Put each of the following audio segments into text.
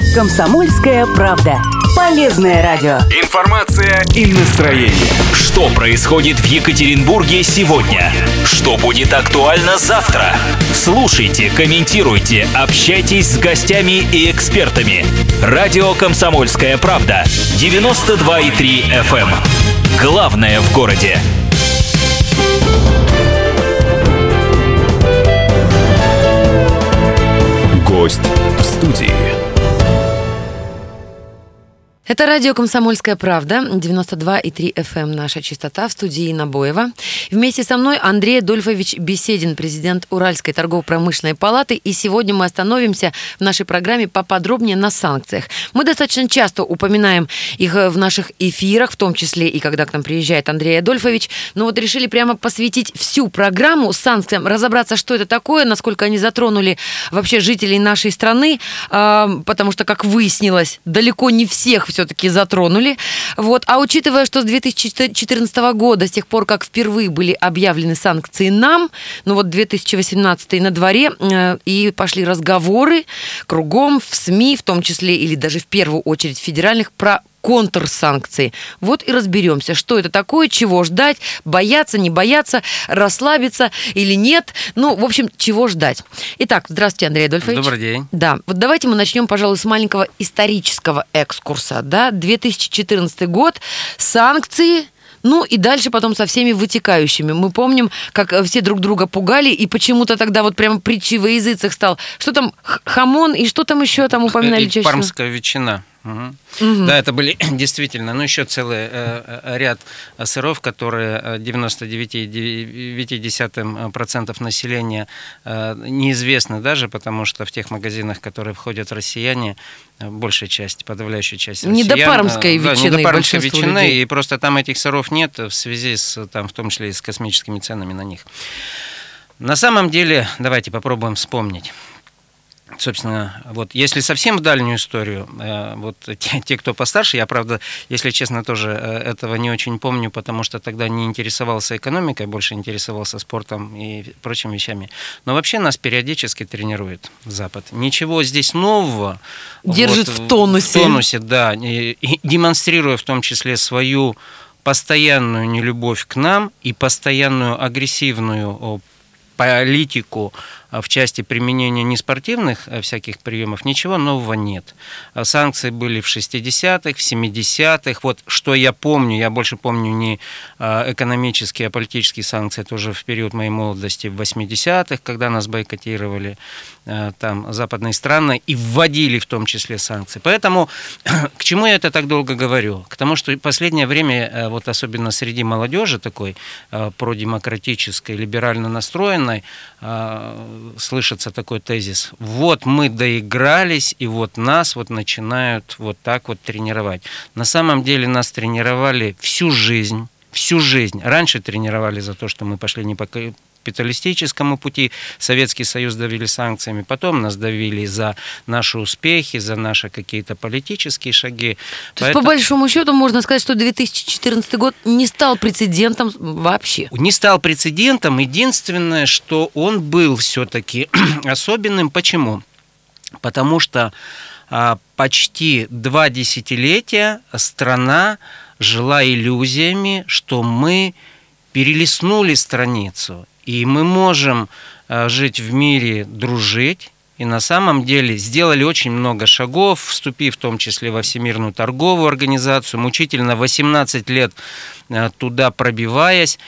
«Комсомольская правда». Полезное радио. Информация и настроение. Что происходит в Екатеринбурге сегодня? Что будет актуально завтра? Слушайте, комментируйте, общайтесь с гостями и экспертами. Радио «Комсомольская правда». 92,3 FM. Главное в городе. Гость в студии. Это радио «Комсомольская правда», 92,3 FM, наша частота, в студии Инна Боева. Вместе со мной Андрей Адольфович Беседин, президент Уральской торгово-промышленной палаты. И сегодня мы остановимся в нашей программе поподробнее на санкциях. Мы достаточно часто упоминаем их в наших эфирах, в том числе и когда к нам приезжает Андрей Адольфович. Но вот решили прямо посвятить всю программу санкциям, разобраться, что это такое, насколько они затронули вообще жителей нашей страны, потому что, как выяснилось, далеко не всех все-таки затронули. Вот. А учитывая, что с 2014 года, с тех пор, как впервые были объявлены санкции нам, ну вот 2018 на дворе, и пошли разговоры кругом, в СМИ, в том числе, или даже в первую очередь федеральных, про контрсанкции. Вот и разберемся, что это такое, чего ждать, бояться, не бояться, расслабиться или нет. Ну, в общем, чего ждать. Итак, здравствуйте, Андрей Адольфович. Добрый день. Да, вот давайте мы начнем, пожалуй, с маленького исторического экскурса. Да? 2014 год, санкции. Ну и дальше потом со всеми вытекающими. Мы помним, как все друг друга пугали, и почему-то тогда вот прямо притчей во языцах стал. Что там, хамон, и что там еще там упоминали чаще всего? Пармская ветчина. Угу. Да, это были действительно, еще целый ряд сыров, которые 99,9% населения неизвестны даже, потому что в тех магазинах, в которые входят россияне, большая часть, подавляющая часть россиян... Не до пармской ветчины. Не до пармской ветчины, и просто там этих сыров нет в связи с, там, в том числе и с космическими ценами на них. На самом деле, давайте попробуем вспомнить. Собственно, вот если совсем в дальнюю историю, вот те, кто постарше, я, правда, если честно, тоже этого не очень помню, потому что тогда не интересовался экономикой, больше интересовался спортом и прочими вещами. Но вообще нас периодически тренирует Запад. Ничего здесь нового. Держит вот, в тонусе. В тонусе, да, и демонстрируя в том числе свою постоянную нелюбовь к нам и постоянную агрессивную политику в части применения неспортивных всяких приемов, ничего нового нет. Санкции были в 60-х, в 70-х. Вот что я помню, я больше помню не экономические, а политические санкции, тоже в период моей молодости в 80-х, когда нас бойкотировали там западные страны и вводили в том числе санкции. Поэтому к чему я это так долго говорю? К тому, что в последнее время, вот особенно среди молодежи такой продемократической, либерально настроенной, слышится такой тезис: вот мы доигрались, и вот нас вот начинают вот так вот тренировать. На самом деле нас тренировали всю жизнь. Раньше тренировали за то, что мы пошли не по капиталистическому пути, Советский Союз давили санкциями, потом нас давили за наши успехи, за наши какие-то политические шаги. То есть, по большому счету, можно сказать, что 2014 год не стал прецедентом вообще? Не стал прецедентом. Единственное, что он был все-таки особенным. Почему? Потому что почти 2 десятилетия страна жила иллюзиями, что мы перелистнули страницу, и мы можем жить в мире, дружить. И на самом деле сделали очень много шагов, вступив в том числе во Всемирную торговую организацию, мучительно 18 лет туда пробиваясь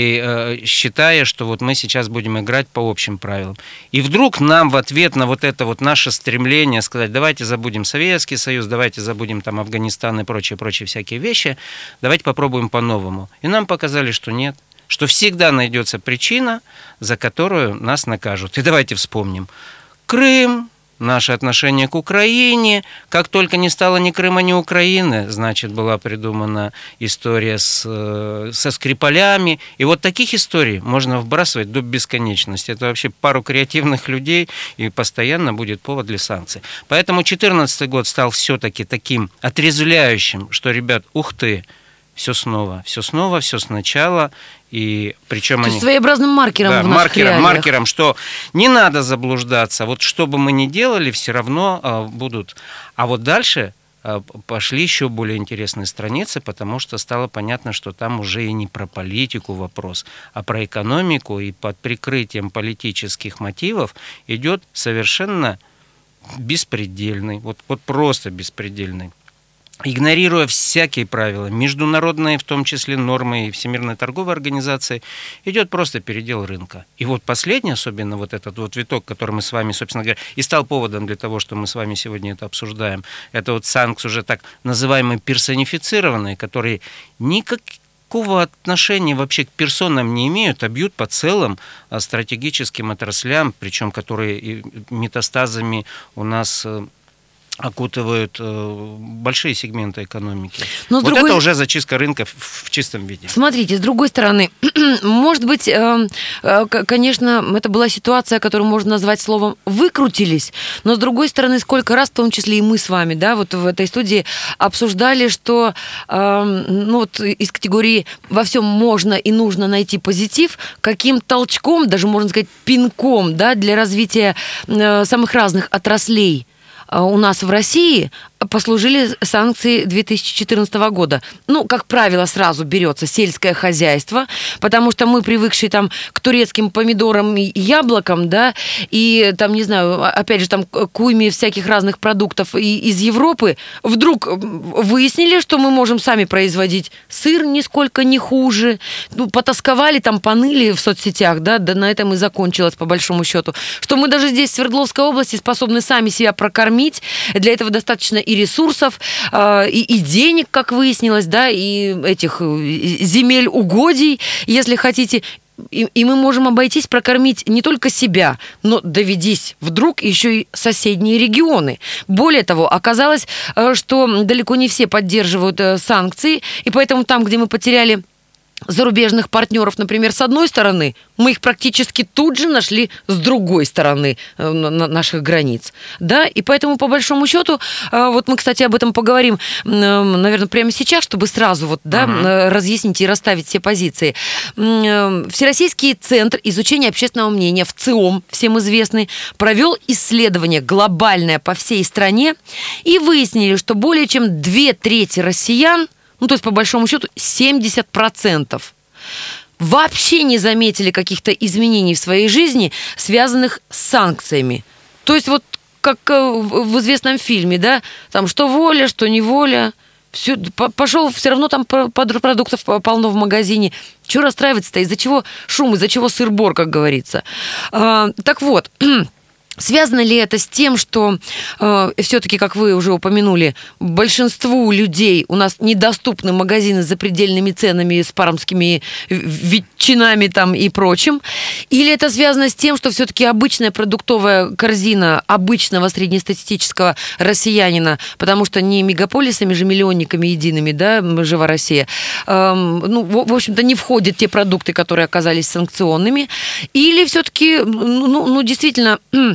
и считая, что вот мы сейчас будем играть по общим правилам. И вдруг нам в ответ на вот это вот наше стремление сказать: давайте забудем Советский Союз, давайте забудем там Афганистан и прочие всякие вещи, давайте попробуем по-новому. И нам показали, что нет, что всегда найдется причина, за которую нас накажут. И давайте вспомним. Крым, наше отношение к Украине. Как только не стало ни Крыма, ни Украины, значит, была придумана история со Скрипалями. И вот таких историй можно вбрасывать до бесконечности. Это вообще пару креативных людей, и постоянно будет повод для санкций. Поэтому 2014 год стал все-таки таким отрезвляющим, что, ребят, ух ты, все снова, все сначала. И причем они... своеобразным маркером, да, в наших реалиях. маркером, что не надо заблуждаться. Вот что бы мы ни делали, все равно будут. А вот дальше пошли еще более интересные страницы, потому что стало понятно, что там уже и не про политику вопрос, а про экономику, и под прикрытием политических мотивов идет совершенно беспредельный, вот просто беспредельный, игнорируя всякие правила, международные, в том числе нормы и Всемирной торговой организации, идет просто передел рынка. И вот последний, особенно вот этот вот виток, который мы с вами, собственно говоря, и стал поводом для того, что мы с вами сегодня это обсуждаем, это вот санкции уже так называемые персонифицированные, которые никакого отношения вообще к персонам не имеют, а бьют по целым стратегическим отраслям, причем которые метастазами у нас окутывают большие сегменты экономики. Но вот это уже зачистка рынка в чистом виде. Смотрите, с другой стороны, может быть, конечно, это была ситуация, которую можно назвать словом «выкрутились», но с другой стороны, сколько раз, в том числе и мы с вами, да, вот в этой студии обсуждали, что вот из категории «во всем можно и нужно найти позитив», каким толчком, даже можно сказать пинком, да, для развития самых разных отраслей у нас в России послужили санкции 2014 года. Ну, как правило, сразу берется сельское хозяйство, потому что мы, привыкшие там к турецким помидорам и яблокам, да, и там, не знаю, опять же, там к уйме всяких разных продуктов из Европы, вдруг выяснили, что мы можем сами производить сыр нисколько не хуже. Ну, потасковали, там поныли в соцсетях, да на этом и закончилось, по большому счету. Что мы даже здесь, в Свердловской области, способны сами себя прокормить. Для этого достаточно и ресурсов, и денег, как выяснилось, да, и этих земель угодий, если хотите. И мы можем обойтись, прокормить не только себя, но доведись вдруг еще и соседние регионы. Более того, оказалось, что далеко не все поддерживают санкции, и поэтому там, где мы потеряли зарубежных партнеров, например, с одной стороны, мы их практически тут же нашли с другой стороны наших границ. Да? И поэтому, по большому счету, вот мы, кстати, об этом поговорим, наверное, прямо сейчас, чтобы сразу вот, да, разъяснить и расставить все позиции. Всероссийский центр изучения общественного мнения, ВЦИОМ, всем известный, провел исследование глобальное по всей стране и выяснили, что более чем 2/3 россиян, ну, то есть, по большому счету, 70% вообще не заметили каких-то изменений в своей жизни, связанных с санкциями. То есть, вот как в известном фильме, да, там, что воля, что неволя, все, пошел, все равно там продуктов полно в магазине. Чего расстраиваться-то? Из-за чего шум, из-за чего сыр-бор, как говорится. Так вот, связано ли это с тем, что все-таки, как вы уже упомянули, большинству людей у нас недоступны магазины с запредельными ценами, с пармскими ветчинами там и прочим? Или это связано с тем, что все-таки обычная продуктовая корзина обычного среднестатистического россиянина, потому что не мегаполисами же, миллионниками едиными, да, жива Россия, ну, в общем-то, не входят те продукты, которые оказались санкционными? Или все-таки, ну действительно,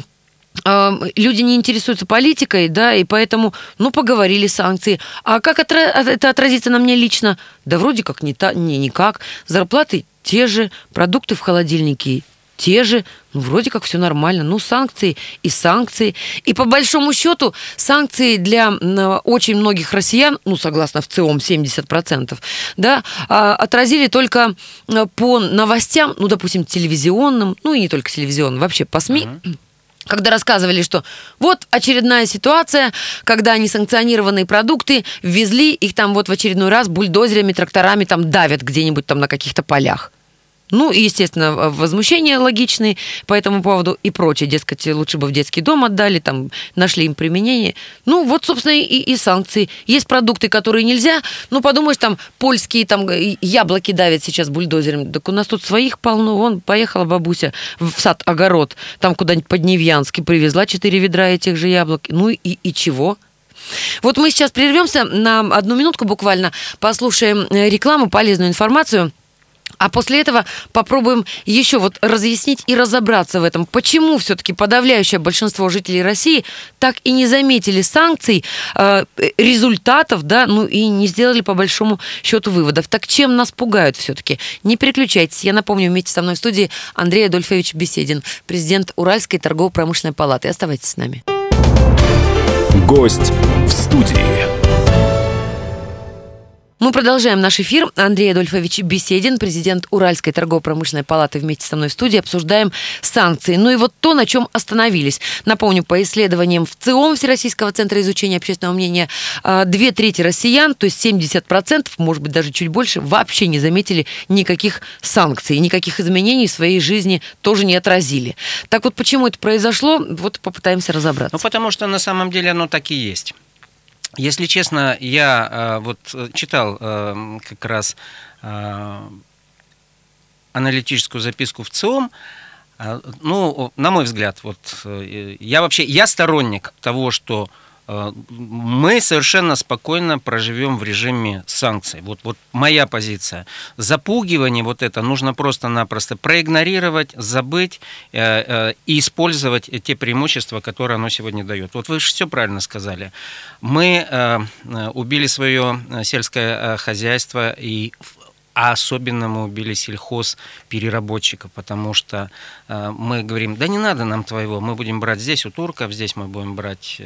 люди не интересуются политикой, да, и поэтому, ну, поговорили санкции. А как это отразится на мне лично? Да вроде как никак. Зарплаты те же, продукты в холодильнике те же, ну, вроде как все нормально. Ну, санкции и санкции. И по большому счету санкции для очень многих россиян, ну, согласно ВЦИОМ, 70%, да, отразили только по новостям, ну, допустим, телевизионным, ну, и не только телевизионным, вообще по СМИ, когда рассказывали, что вот очередная ситуация, когда несанкционированные продукты ввезли, их там вот в очередной раз бульдозерами, тракторами там давят где-нибудь там на каких-то полях. Ну, и, естественно, возмущения логичные по этому поводу и прочее. Дескать, лучше бы в детский дом отдали, там, нашли им применение. Ну, вот, собственно, и санкции. Есть продукты, которые нельзя. Ну, подумаешь, там, польские там яблоки давят сейчас бульдозерами. Так у нас тут своих полно. Вон, поехала бабуся в сад-огород, там куда-нибудь под Невьянск, привезла 4 ведра этих же яблок. Ну, и чего? Вот мы сейчас прервемся на 1 минутку буквально, послушаем рекламу, полезную информацию. А после этого попробуем еще вот разъяснить и разобраться в этом. Почему все-таки подавляющее большинство жителей России так и не заметили санкций, результатов, да, ну и не сделали по большому счету выводов. Так чем нас пугают все-таки? Не переключайтесь. Я напомню, вместе со мной в студии Андрей Адольфович Беседин, президент Уральской торгово-промышленной палаты. Оставайтесь с нами. Гость в студии. Мы продолжаем наш эфир. Андрей Адольфович Беседин, президент Уральской торгово-промышленной палаты, вместе со мной в студии. Обсуждаем санкции. Ну и вот то, на чем остановились. Напомню, по исследованиям в ЦИОМ, Всероссийского центра изучения общественного мнения, 2/3 россиян, то есть 70%, может быть, даже чуть больше, вообще не заметили никаких санкций, никаких изменений в своей жизни тоже не отразили. Так вот, почему это произошло, вот попытаемся разобраться. Ну, потому что на самом деле оно так и есть. Если честно, я вот читал как раз аналитическую записку в ЦИОМ. Ну, на мой взгляд, вот я сторонник того, что мы совершенно спокойно проживем в режиме санкций. Вот моя позиция. Запугивание вот это нужно просто-напросто проигнорировать, забыть и использовать те преимущества, которые оно сегодня дает. Вот вы же все правильно сказали. Мы убили свое сельское хозяйство, а особенно мы убили сельхозпереработчиков, потому что мы говорим, да не надо нам твоего, мы будем брать здесь у турков, здесь мы будем брать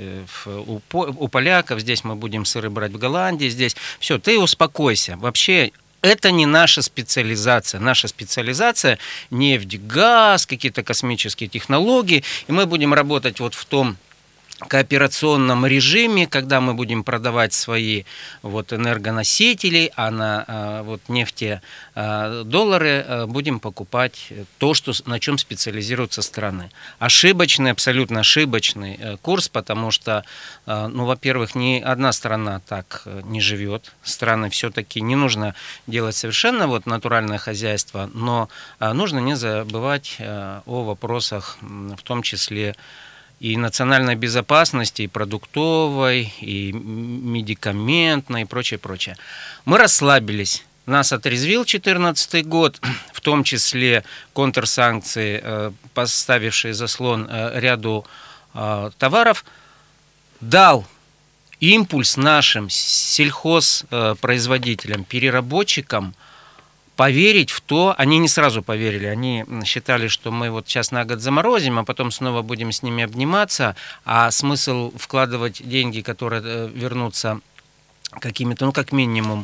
у поляков, здесь мы будем сыры брать в Голландии, здесь. Все, ты успокойся. Вообще это не наша специализация. Наша специализация – нефть, газ, какие-то космические технологии, и мы будем работать вот в том кооперационном режиме, когда мы будем продавать свои вот энергоносители, а на вот нефтедоллары будем покупать то, на чем специализируются страны. Ошибочный, абсолютно ошибочный курс, потому что, ну, во-первых, ни одна страна так не живет. Страны все-таки не нужно делать совершенно вот натуральное хозяйство, но нужно не забывать о вопросах, в том числе и национальной безопасности, и продуктовой, и медикаментной, и прочее, прочее. Мы расслабились. Нас отрезвил 2014 год, в том числе контрсанкции, поставившие заслон ряду товаров, дал импульс нашим сельхозпроизводителям, переработчикам поверить в то, они не сразу поверили, они считали, что мы вот сейчас на год заморозим, а потом снова будем с ними обниматься, а смысл вкладывать деньги, которые вернутся какими-то, ну, как минимум,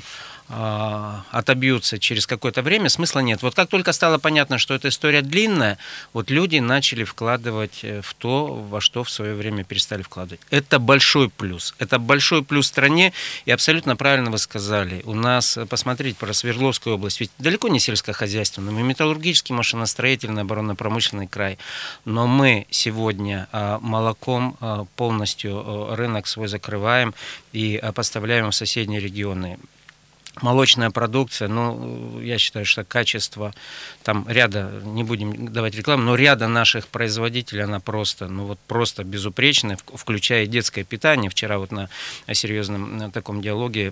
отобьются через какое-то время, смысла нет. Вот как только стало понятно, что эта история длинная, вот люди начали вкладывать в то, во что в свое время перестали вкладывать. Это большой плюс. Это большой плюс стране, и абсолютно правильно вы сказали. У нас, посмотрите про Свердловскую область, ведь далеко не сельскохозяйственный, мы металлургический, машиностроительный, оборонно-промышленный край, но мы сегодня молоком полностью рынок свой закрываем и поставляем в соседние регионы. Молочная продукция, ну, я считаю, что качество там ряда, не будем давать рекламу, но ряда наших производителей, она просто, ну вот просто безупречная, включая детское питание. Вчера вот на серьезном таком диалоге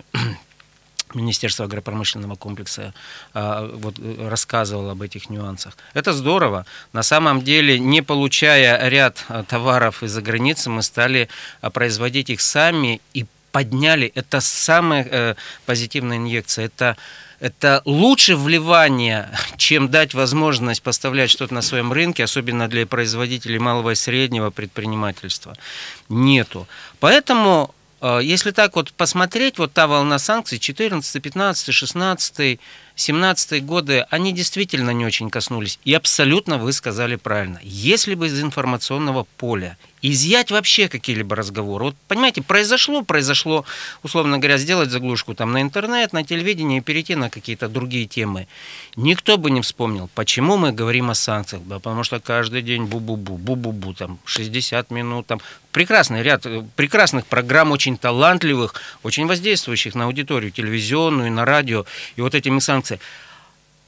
Министерство агропромышленного комплекса вот рассказывало об этих нюансах. Это здорово. На самом деле, не получая ряд товаров из-за границы, мы стали производить их сами и подняли. Это самая позитивная инъекция. Это лучше вливание, чем дать возможность поставлять что-то на своем рынке, особенно для производителей малого и среднего предпринимательства. Нету. Поэтому, если так вот посмотреть, вот та волна санкций 14, 15, 16, 17 годы, они действительно не очень коснулись. И абсолютно вы сказали правильно. Если бы из информационного поля изъять вообще какие-либо разговоры. Вот, понимаете, произошло, условно говоря, сделать заглушку там на интернет, на телевидении и перейти на какие-то другие темы. Никто бы не вспомнил, почему мы говорим о санкциях. Да, потому что каждый день бу-бу-бу, там 60 минут, там прекрасный ряд прекрасных программ, очень талантливых, очень воздействующих на аудиторию телевизионную, на радио, и вот этими санкциями.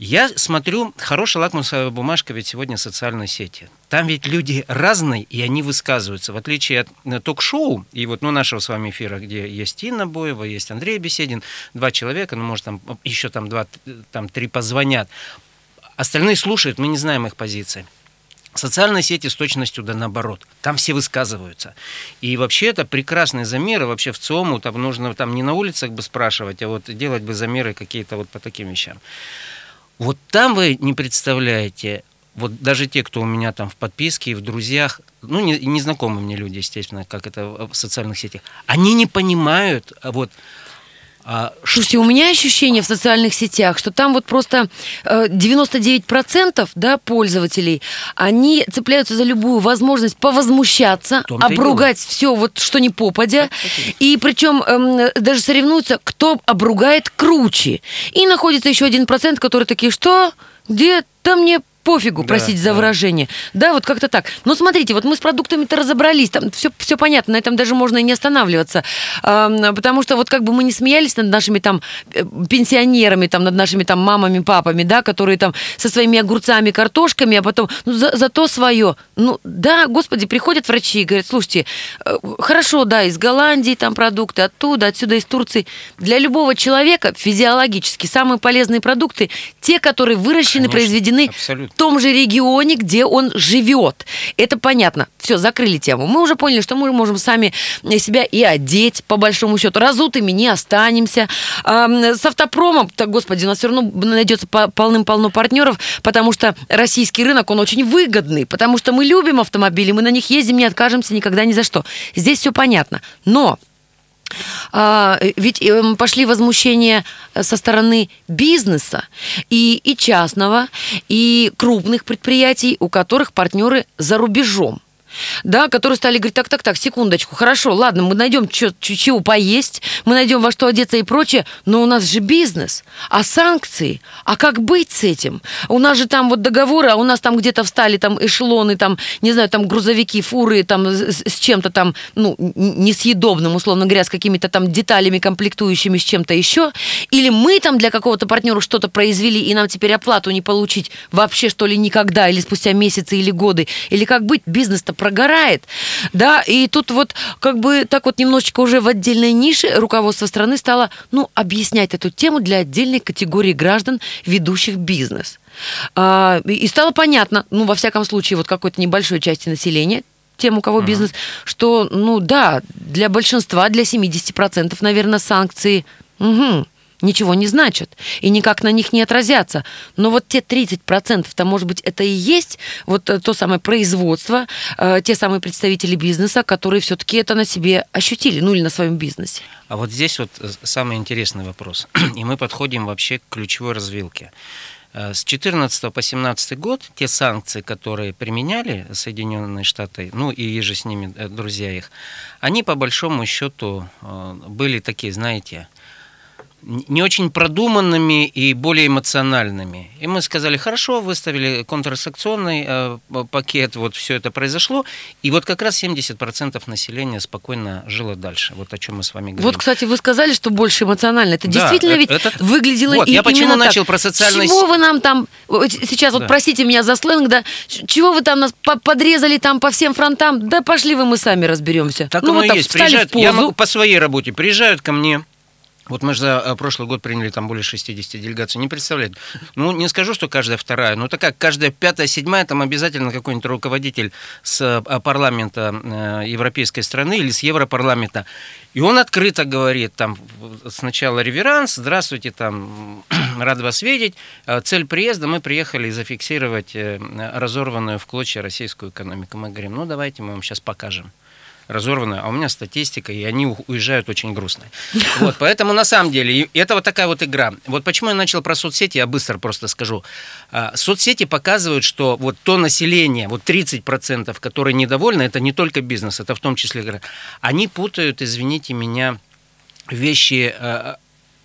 Я смотрю, хорошая лакмусовая бумажка ведь сегодня социальные сети. Там ведь люди разные, и они высказываются. В отличие от ток-шоу, и вот нашего с вами эфира, где есть Инна Боева, есть Андрей Беседин, 2 человека, может, там еще 2-3 позвонят. Остальные слушают, мы не знаем их позиции. Социальные сети с точностью да наоборот. Там все высказываются. И вообще это прекрасные замеры. Вообще в ЦИОМу там нужно не на улицах бы спрашивать, а вот делать бы замеры какие-то вот по таким вещам. Вот там вы не представляете, вот даже те, кто у меня там в подписке и в друзьях, незнакомые мне люди, естественно, как это в социальных сетях, они не понимают, Слушайте, у меня ощущение в социальных сетях, что там вот просто 99% пользователей, они цепляются за любую возможность повозмущаться, обругать все, вот что ни попадя. И причем даже соревнуются, кто обругает круче. И находится еще 1%, которые такие, что? Где? Да мне пофигу, простите за выражение. Да, вот как-то так. Но смотрите, вот мы с продуктами-то разобрались, там все понятно, на этом даже можно и не останавливаться. Потому что вот как бы мы не смеялись над нашими там пенсионерами, там, над нашими там мамами, папами, да, которые там со своими огурцами, картошками, а потом, зато свое. Да, господи, приходят врачи и говорят, слушайте, хорошо, да, из Голландии там продукты, оттуда, отсюда, из Турции. Для любого человека физиологически самые полезные продукты, те, которые выращены, произведены абсолютно в том же регионе, где он живет. Это понятно. Все, закрыли тему. Мы уже поняли, что мы можем сами себя и одеть, по большому счету. Разутыми не останемся. С автопромом, так, господи, у нас все равно найдется полным-полно партнеров, потому что российский рынок, он очень выгодный, потому что мы любим автомобили, мы на них ездим, не откажемся никогда ни за что. Здесь все понятно. Но ведь пошли возмущения со стороны бизнеса и частного, и крупных предприятий, у которых партнеры за рубежом. Да, которые стали говорить, так, секундочку, хорошо, ладно, мы найдем чего поесть, мы найдем во что одеться и прочее, но у нас же бизнес, а санкции, а как быть с этим? У нас же там вот договоры, а у нас там где-то встали там эшелоны, там, не знаю, там грузовики, фуры, там с чем-то там, несъедобным, условно говоря, с какими-то там деталями, комплектующими, с чем-то еще, или мы там для какого-то партнера что-то произвели, и нам теперь оплату не получить вообще, что ли, никогда, или спустя месяцы, или годы, или как быть, бизнес-то прогорает, да, и тут вот как бы так вот немножечко уже в отдельной нише руководство страны стало, объяснять эту тему для отдельной категории граждан, ведущих бизнес. И стало понятно, во всяком случае, вот какой-то небольшой части населения, тем, у кого бизнес, что, для большинства, для 70%, наверное, санкции ничего не значат и никак на них не отразятся. Но вот те 30%-то, может быть, это и есть вот то самое производство, те самые представители бизнеса, которые все-таки это на себе ощутили, или на своем бизнесе. А вот здесь вот самый интересный вопрос. И мы подходим вообще к ключевой развилке. С 2014 по 2017 год те санкции, которые применяли Соединенные Штаты, и же с ними друзья их, они по большому счету были такие, знаете, не очень продуманными и более эмоциональными. И мы сказали, хорошо, выставили контрсанкционный пакет, вот все это произошло, и вот как раз 70% населения спокойно жило дальше. Вот о чем мы с вами говорим. Вот, кстати, вы сказали, что больше эмоционально. Это действительно ведь выглядело вот, я почему начал про социальные... Чего вы нам там, сейчас вот простите меня за сленг, да, чего вы там нас подрезали там по всем фронтам? Да пошли вы, мы сами разберемся. Так оно и есть. Приезжают, я могу по своей работе, приезжают ко мне. Вот мы же за прошлый год приняли там более 60 делегаций. Не представляете. Не скажу, что каждая вторая, но так как каждая пятая, седьмая, там обязательно какой-нибудь руководитель с парламента европейской страны или с Европарламента. И он открыто говорит, там сначала реверанс, здравствуйте, там, рад вас видеть. Цель приезда, мы приехали зафиксировать разорванную в клочья российскую экономику. Мы говорим, давайте мы вам сейчас покажем. Разорванная, а у меня статистика, и они уезжают очень грустно. Вот, поэтому на самом деле, это вот такая вот игра. Вот почему я начал про соцсети, я быстро просто скажу. Соцсети показывают, что вот то население, вот 30%, которые недовольны, это не только бизнес, это в том числе... Они путают, извините меня, вещи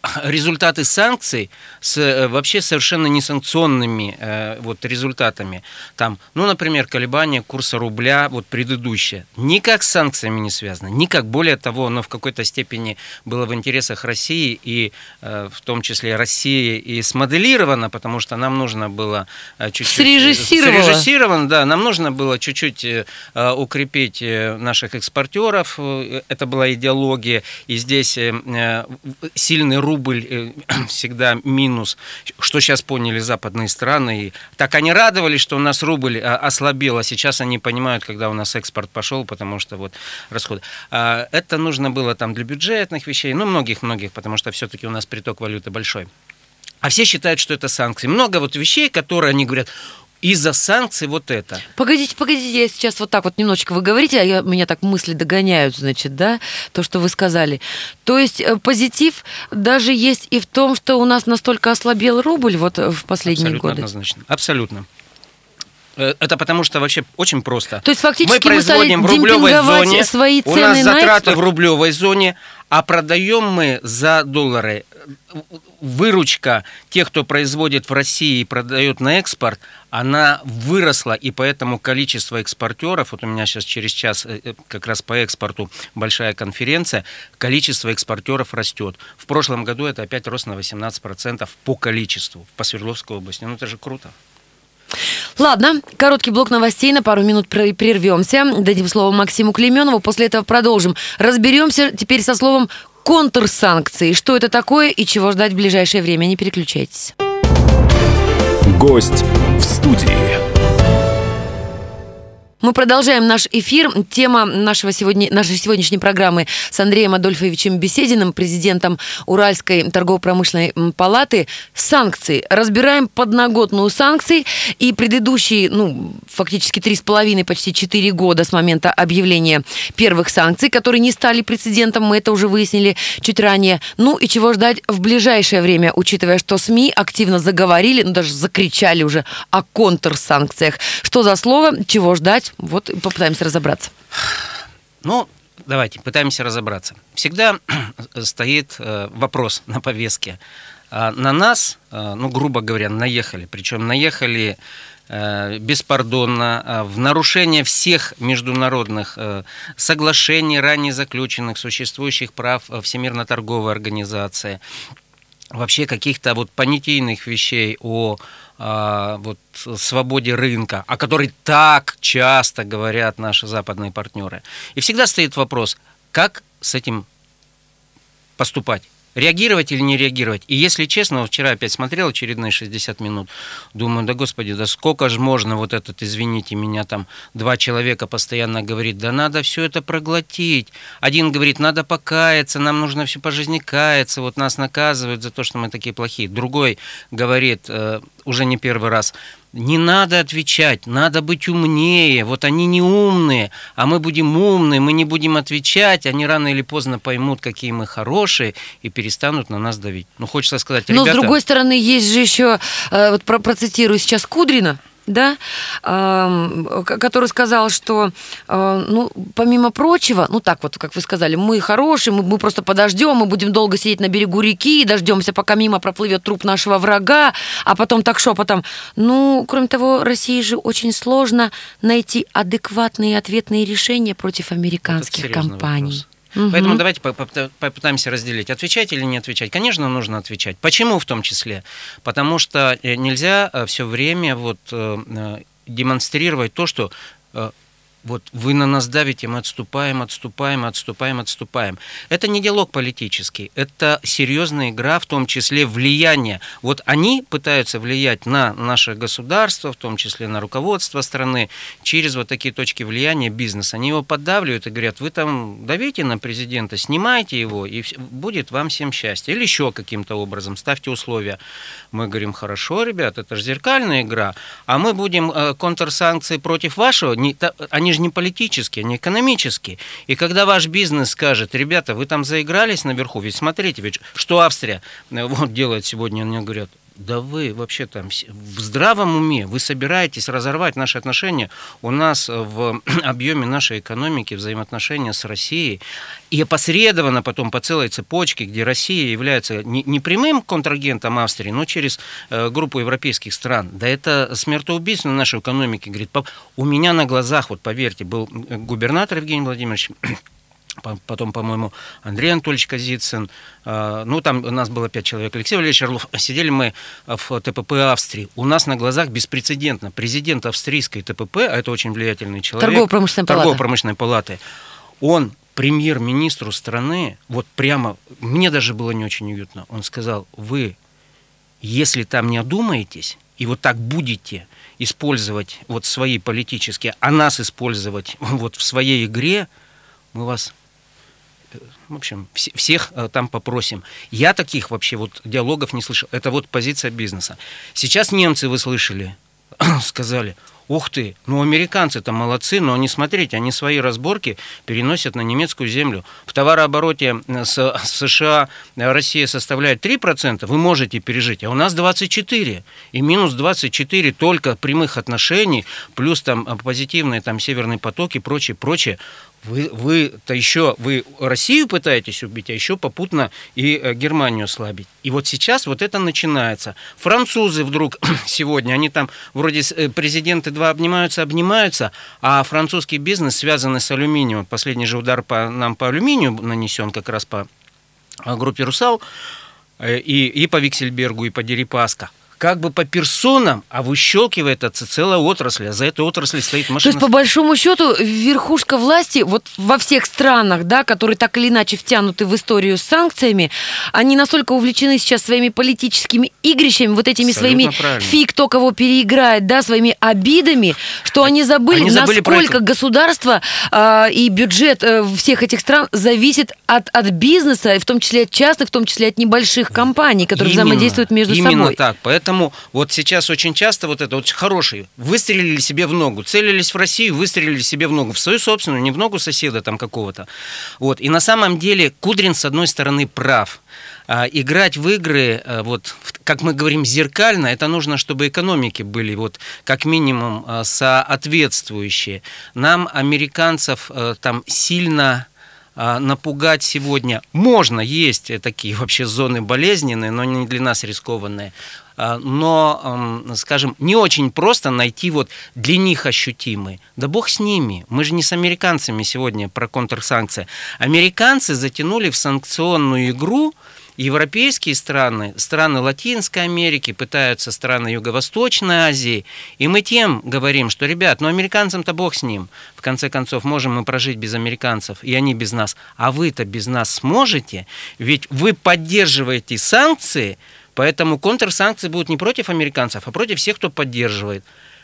результаты санкций с вообще совершенно несанкционными результатами. Там, например, колебания курса рубля, предыдущее, никак с санкциями не связано, никак. Более того, оно в какой-то степени было в интересах России, и в том числе России и смоделировано, потому что нам нужно было чуть-чуть... Срежиссировано, да, нам нужно было чуть-чуть укрепить наших экспортеров, это была идеология, и здесь сильный рубль всегда минус, что сейчас поняли западные страны. И так они радовались, что у нас рубль ослабел, а сейчас они понимают, когда у нас экспорт пошел, потому что расходы. Это нужно было там для бюджетных вещей, многих-многих, потому что все-таки у нас приток валюты большой. А все считают, что это санкции. Много вещей, которые они говорят... Из-за санкций это. Погодите, я сейчас немножечко вы говорите, а меня так мысли догоняют, да, то, что вы сказали. То есть позитив даже есть и в том, что у нас настолько ослабел рубль в последние годы? Однозначно, абсолютно. Это потому что вообще очень просто. То есть фактически мы производим в рублевой зоне, свои цены, у нас затраты в рублевой зоне, а продаем мы за доллары. Выручка тех, кто производит в России и продает на экспорт, она выросла, и поэтому количество экспортеров, у меня сейчас через час как раз по экспорту большая конференция, количество экспортеров растет. В прошлом году это опять рост на 18% по количеству по Свердловской области. Это же круто. Ладно, короткий блок новостей, на пару минут прервемся, дадим слово Максиму Клейменову, после этого продолжим. Разберемся теперь со словом контрсанкции. Что это такое и чего ждать в ближайшее время? Не переключайтесь. Гость в студии. Мы продолжаем наш эфир. Тема нашей сегодняшней программы с Андреем Адольфовичем Бесединым, президентом Уральской торгово-промышленной палаты. Санкции. Разбираем подноготную санкций. И предыдущие, фактически 3,5, почти 4 года с момента объявления первых санкций, которые не стали прецедентом, мы это уже выяснили чуть ранее. И чего ждать в ближайшее время, учитывая, что СМИ активно заговорили, даже закричали уже о контрсанкциях. Что за слово? Чего ждать? Попытаемся разобраться. Давайте, пытаемся разобраться. Всегда стоит вопрос на повестке. На нас, грубо говоря, наехали. Причем наехали беспардонно, в нарушение всех международных соглашений, ранее заключенных, существующих прав Всемирной торговой организации. Вообще каких-то понятийных вещей о свободе рынка, о которой так часто говорят наши западные партнеры. И всегда стоит вопрос, как с этим поступать. Реагировать или не реагировать? И если честно, вчера опять смотрел очередные 60 минут, думаю, да господи, да сколько же можно извините меня, там 2 человека постоянно говорит, да надо все это проглотить. Один говорит, надо покаяться, нам нужно все по жизни каяться, нас наказывают за то, что мы такие плохие. Другой говорит, уже не первый раз, не надо отвечать, надо быть умнее. Они не умные, а мы будем умные, мы не будем отвечать, они рано или поздно поймут, какие мы хорошие, и перестанут на нас давить. Хочется сказать, ребята... Но с другой стороны, есть же еще, процитирую сейчас Кудрина, да, который сказал, что, помимо прочего, как вы сказали, мы хорошие, мы просто подождем, мы будем долго сидеть на берегу реки, дождемся, пока мимо проплывет труп нашего врага, а потом так шепотом. Кроме того, России же очень сложно найти адекватные ответные решения против американских компаний. Вопрос. Поэтому давайте попытаемся разделить, отвечать или не отвечать. Конечно, нужно отвечать. Почему в том числе? Потому что нельзя все время демонстрировать то, что вы на нас давите, мы отступаем. Это не диалог политический, это серьезная игра, в том числе влияние. Они пытаются влиять на наше государство, в том числе на руководство страны, через такие точки влияния бизнеса. Они его поддавливают и говорят, вы там давите на президента, снимайте его, и будет вам всем счастье. Или еще каким-то образом ставьте условия. Мы говорим, хорошо, ребят, это же зеркальная игра, а мы будем контрсанкции против вашего, они же не политические, не экономические. И когда ваш бизнес скажет, ребята, вы там заигрались наверху, ведь смотрите, что Австрия делает сегодня, они говорят, да вы вообще там в здравом уме, вы собираетесь разорвать наши отношения. У нас в объеме нашей экономики взаимоотношения с Россией и опосредованно потом по целой цепочке, где Россия является не прямым контрагентом Австрии, но через группу европейских стран. Да это смертоубийство нашей экономики. Говорит, у меня на глазах, вот поверьте, был губернатор Евгений Владимирович, потом, по-моему, Андрей Анатольевич Козицын, ну, там у нас было 5 человек, Алексей Валерьевич Орлов, сидели мы в ТПП Австрии. У нас на глазах беспрецедентно президент австрийской ТПП, а это очень влиятельный человек, Торгово-промышленной палаты, он премьер-министру страны, вот прямо, мне даже было не очень уютно, он сказал, вы, если там не одумаетесь, и вот так будете использовать вот свои политические, а нас использовать вот в своей игре, мы вас... В общем, всех там попросим. Я таких вообще вот диалогов не слышал. Это вот позиция бизнеса. Сейчас немцы, вы слышали, сказали, ух ты, ну американцы-то молодцы, но они, смотрите, они свои разборки переносят на немецкую землю. В товарообороте с США Россия составляет 3%, вы можете пережить, а у нас 24%. И минус 24% только прямых отношений, плюс там позитивные там северные потоки, прочее. Вы-то еще, вы Россию пытаетесь убить, а еще попутно и Германию ослабить. И вот сейчас вот это начинается. Французы вдруг сегодня, они там вроде президенты два обнимаются, а французский бизнес, связанный с алюминием, последний же удар нам по алюминию нанесен как раз по группе «Русал», и по Виксельбергу, и по Дерипаска. Как бы по персонам, а выщелкивает это целая отрасль, а за этой отраслью стоит машина. То есть, по большому счету, верхушка власти вот во всех странах, да, которые так или иначе втянуты в историю с санкциями, они настолько увлечены сейчас своими политическими игрищами, вот этими абсолютно своими правильно. фиг кто кого переиграет, да, своими обидами, что они забыли насколько государство и бюджет всех этих стран зависит от бизнеса, в том числе от частных, в том числе от небольших компаний, которые взаимодействуют между собой. Именно так. Поэтому вот сейчас очень часто вот это вот хорошие выстрелили себе в ногу, целились в Россию, выстрелили себе в ногу, в свою собственную, не в ногу соседа там какого-то. Вот. И на самом деле Кудрин, с одной стороны, прав. Играть в игры, вот, как мы говорим, зеркально, это нужно, чтобы экономики были вот, как минимум соответствующие. Нам, американцев, там сильно... напугать сегодня можно, есть такие вообще зоны болезненные, но не для нас рискованные. Но, скажем, не очень просто найти вот для них ощутимые. Да бог с ними. Мы же не с американцами сегодня про контрсанкции. Американцы затянули в санкционную игру европейские страны, страны Латинской Америки, пытаются страны Юго-Восточной Азии, и мы тем говорим, что, ребят, ну американцам-то бог с ним. В конце концов, можем мы прожить без американцев, и они без нас. А вы-то без нас сможете? Ведь вы поддерживаете санкции, поэтому контрсанкции будут не против американцев, а против всех, кто поддерживает.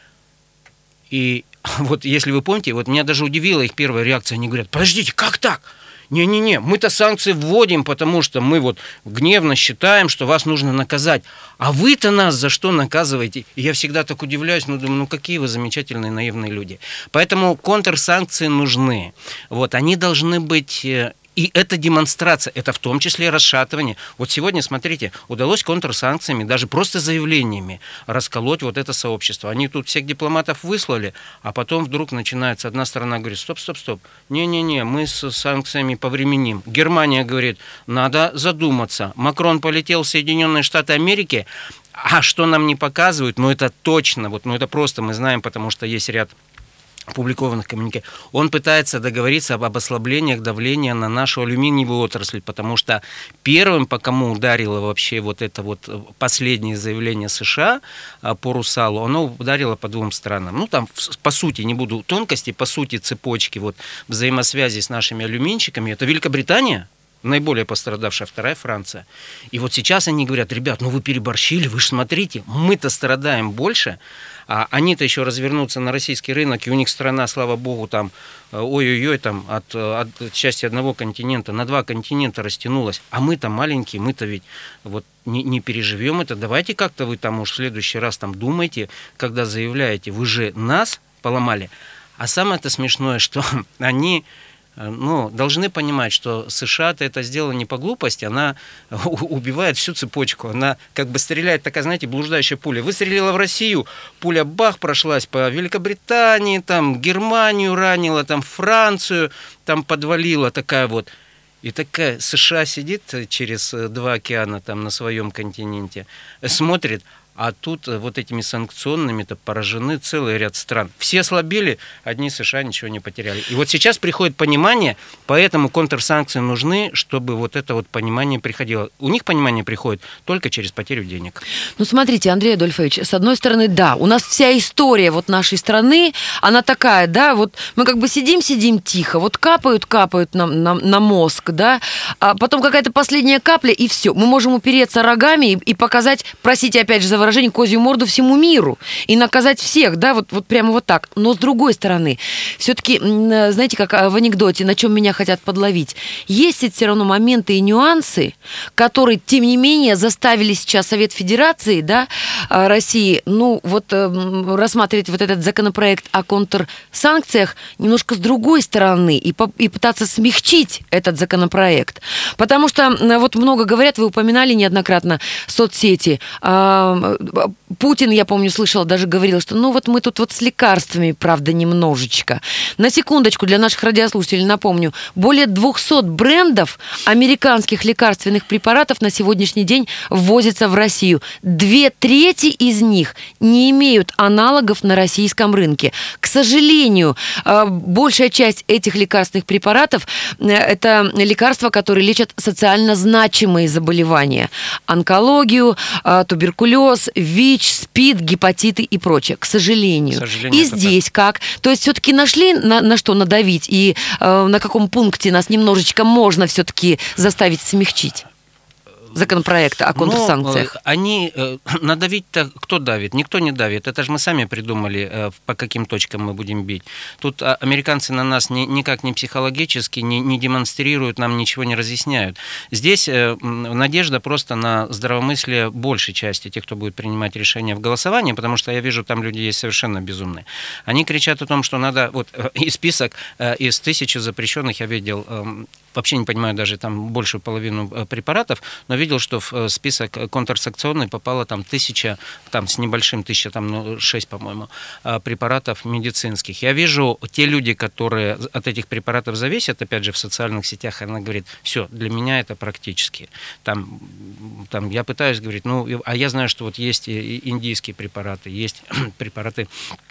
И вот если вы помните, вот меня даже удивила их первая реакция. Они говорят, подождите, как так? Не-не-не, мы-то санкции вводим, потому что мы вот гневно считаем, что вас нужно наказать. А вы-то нас за что наказываете? И я всегда так удивляюсь, думаю, какие вы замечательные, наивные люди. Поэтому контрсанкции нужны. Вот, они должны быть... И это демонстрация, это в том числе расшатывание. Вот сегодня, смотрите, удалось контрсанкциями, даже просто заявлениями расколоть вот это сообщество. Они тут всех дипломатов выслали, а потом вдруг начинается, одна сторона говорит, стоп, не-не-не, мы с санкциями повременим. Германия говорит, надо задуматься. Макрон полетел в Соединенные Штаты Америки, а что нам не показывают, это точно, это просто мы знаем, потому что есть ряд опубликованных коммуникаций, он пытается договориться об ослаблениях давления на нашу алюминиевую отрасль, потому что первым, по кому ударило вообще вот это вот последнее заявление США по «Русалу», оно ударило по двум странам. Там, по сути, не буду тонкостей, по сути, цепочки вот взаимосвязи с нашими алюминщиками, это Великобритания, наиболее пострадавшая, вторая Франция. И вот сейчас они говорят, ребят, вы переборщили, вы же смотрите, мы-то страдаем больше, а они-то еще развернутся на российский рынок, и у них страна, слава богу, там, ой-ой-ой, там, от части одного континента на 2 континента растянулась, а мы-то маленькие, мы-то ведь вот не переживем это, давайте как-то вы там уж в следующий раз там думайте, когда заявляете, вы же нас поломали. А самое-то смешное, что они должны понимать, что США-то это сделала не по глупости, она убивает всю цепочку. Она как бы стреляет, такая, знаете, блуждающая пуля. Выстрелила в Россию, пуля бах, прошлась по Великобритании, там, Германию ранила, там, Францию, там, подвалила, такая вот. И такая США сидит через 2 океана там на своем континенте, смотрит, а тут вот этими санкционными-то поражены целый ряд стран. Все ослабели, одни США ничего не потеряли. И вот сейчас приходит понимание, поэтому контрсанкции нужны, чтобы вот это вот понимание приходило. У них понимание приходит только через потерю денег. Ну, смотрите, Андрей Адольфович, с одной стороны, да, у нас вся история вот нашей страны, она такая, да, вот мы как бы сидим тихо, вот капают на мозг, да, а потом какая-то последняя капля, и все. Мы можем упереться рогами и показать, простите опять же за выражение, козью морду всему миру и наказать всех, да, вот прямо вот так. Но с другой стороны, все-таки, знаете, как в анекдоте, на чем меня хотят подловить, есть все равно моменты и нюансы, которые, тем не менее, заставили сейчас Совет Федерации, да, России, рассматривать вот этот законопроект о контрсанкциях немножко с другой стороны и пытаться смягчить этот законопроект. Потому что вот много говорят, вы упоминали неоднократно соцсети. Путин, я помню, слышала, даже говорил, что мы тут вот с лекарствами, правда, немножечко. На секундочку, для наших радиослушателей напомню, более 200 брендов американских лекарственных препаратов на сегодняшний день ввозятся в Россию. 2/3 из них не имеют аналогов на российском рынке. К сожалению, большая часть этих лекарственных препаратов – это лекарства, которые лечат социально значимые заболевания. Онкологию, туберкулез, ВИЧ, СПИД, гепатиты и прочее. К сожалению. И здесь как? То есть все-таки нашли на что надавить? И на каком пункте нас немножечко можно все-таки заставить смягчить законопроекта о контрсанкциях? Они надавить-то кто давит? Никто не давит. Это же мы сами придумали, по каким точкам мы будем бить. Тут американцы на нас никак не психологически не демонстрируют, нам ничего не разъясняют. Здесь надежда просто на здравомыслие большей части тех, кто будет принимать решения в голосовании, потому что я вижу, там люди есть совершенно безумные. Они кричат о том, что надо, вот и список из 1000 запрещенных я видел, вообще не понимаю даже там большую половину препаратов, но видел, что в список контрсанкционный попало там 1000, там с небольшим 1006, по-моему, препаратов медицинских. Я вижу те люди, которые от этих препаратов зависят, опять же, в социальных сетях, она говорит, все, для меня это практически. Там я пытаюсь говорить, а я знаю, что вот есть и индийские препараты, есть препараты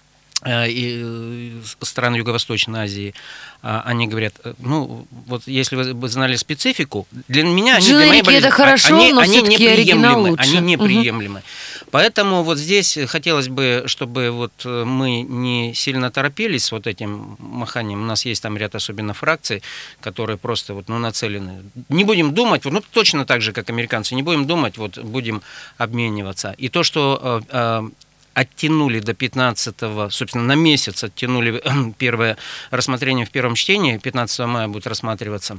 и стран Юго-Восточной Азии, они говорят, вот если вы знали специфику, для меня они, для моей болезни, это хорошо, но все-таки оригинал лучше. Они неприемлемы. Поэтому вот здесь хотелось бы, чтобы вот мы не сильно торопились с вот этим маханием. У нас есть там ряд особенно фракций, которые просто нацелены. Не будем думать, точно так же, как американцы, не будем думать, будем обмениваться. И то, что оттянули до 15-го, собственно, на месяц оттянули первое рассмотрение в первом чтении, 15 мая будет рассматриваться.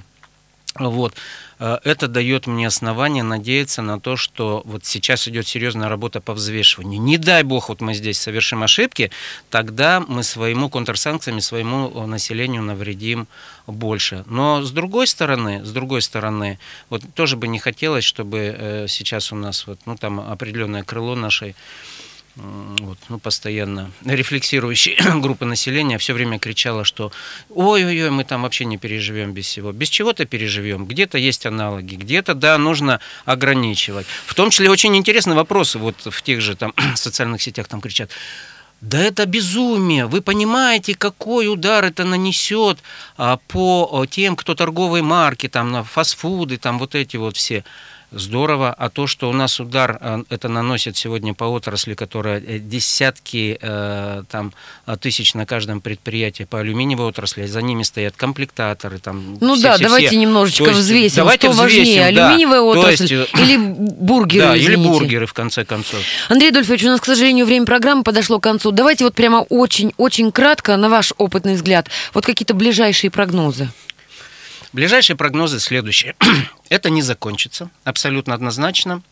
Это дает мне основание надеяться на то, что вот сейчас идет серьезная работа по взвешиванию. Не дай бог, мы здесь совершим ошибки, тогда мы контрсанкциями своему населению навредим больше. Но с другой стороны, тоже бы не хотелось, чтобы сейчас у нас там определенное крыло нашей постоянно рефлексирующей группы населения все время кричала, что ой-ой-ой, мы там вообще не переживем без всего. Без чего-то переживем. Где-то есть аналоги, где-то, да, нужно ограничивать. В том числе очень интересные вопросы в тех же там социальных сетях там кричат. Да это безумие! Вы понимаете, какой удар это нанесет по тем, кто торговые марки, там, на фастфуды, там вот эти вот все. Здорово, а то, что у нас удар это наносит сегодня по отрасли, которая десятки тысяч на каждом предприятии по алюминиевой отрасли, за ними стоят комплектаторы. Давайте немножечко взвесим, что важнее, алюминиевая отрасль или бургеры, да, или бургеры, в конце концов. Андрей Адольфович, у нас, к сожалению, время программы подошло к концу. Давайте прямо очень-очень кратко, на ваш опытный взгляд, какие-то ближайшие прогнозы. Ближайшие прогнозы следующие. Это не закончится, абсолютно однозначно.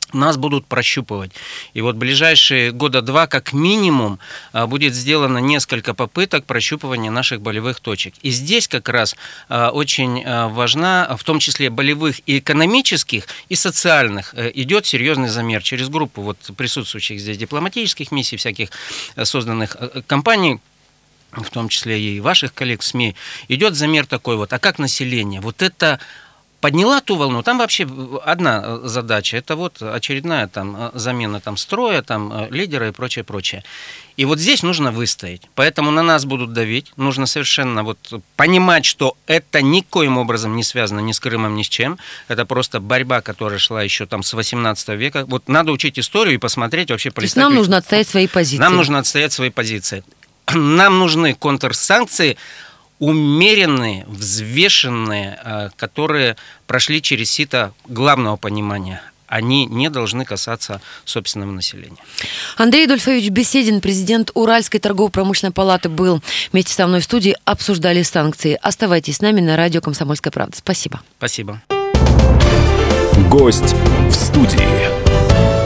нас будут прощупывать. И вот ближайшие года 2, как минимум, будет сделано несколько попыток прощупывания наших болевых точек. И здесь как раз очень важна, в том числе болевых и экономических, и социальных, идет серьезный замер через группу вот присутствующих здесь дипломатических миссий, всяких созданных компаний, в том числе и ваших коллег в СМИ, идет замер такой вот. А как население? Вот это подняла ту волну. Там вообще одна задача. Это вот очередная там замена там строя, там лидера и прочее, прочее. И вот здесь нужно выстоять. Поэтому на нас будут давить. Нужно совершенно вот понимать, что это никоим образом не связано ни с Крымом, ни с чем. Это просто борьба, которая шла еще там с 18 века. Вот надо учить историю и посмотреть вообще. То есть нам нужно отстоять свои позиции. Нам нужно отстоять свои позиции. Нам нужны контрсанкции, умеренные, взвешенные, которые прошли через сито главного понимания. Они не должны касаться собственного населения. Андрей Дольфович Беседин, президент Уральской торгово-промышленной палаты, был вместе со мной в студии, обсуждали санкции. Оставайтесь с нами на радио «Комсомольская правда». Спасибо. Спасибо. Гость в студии.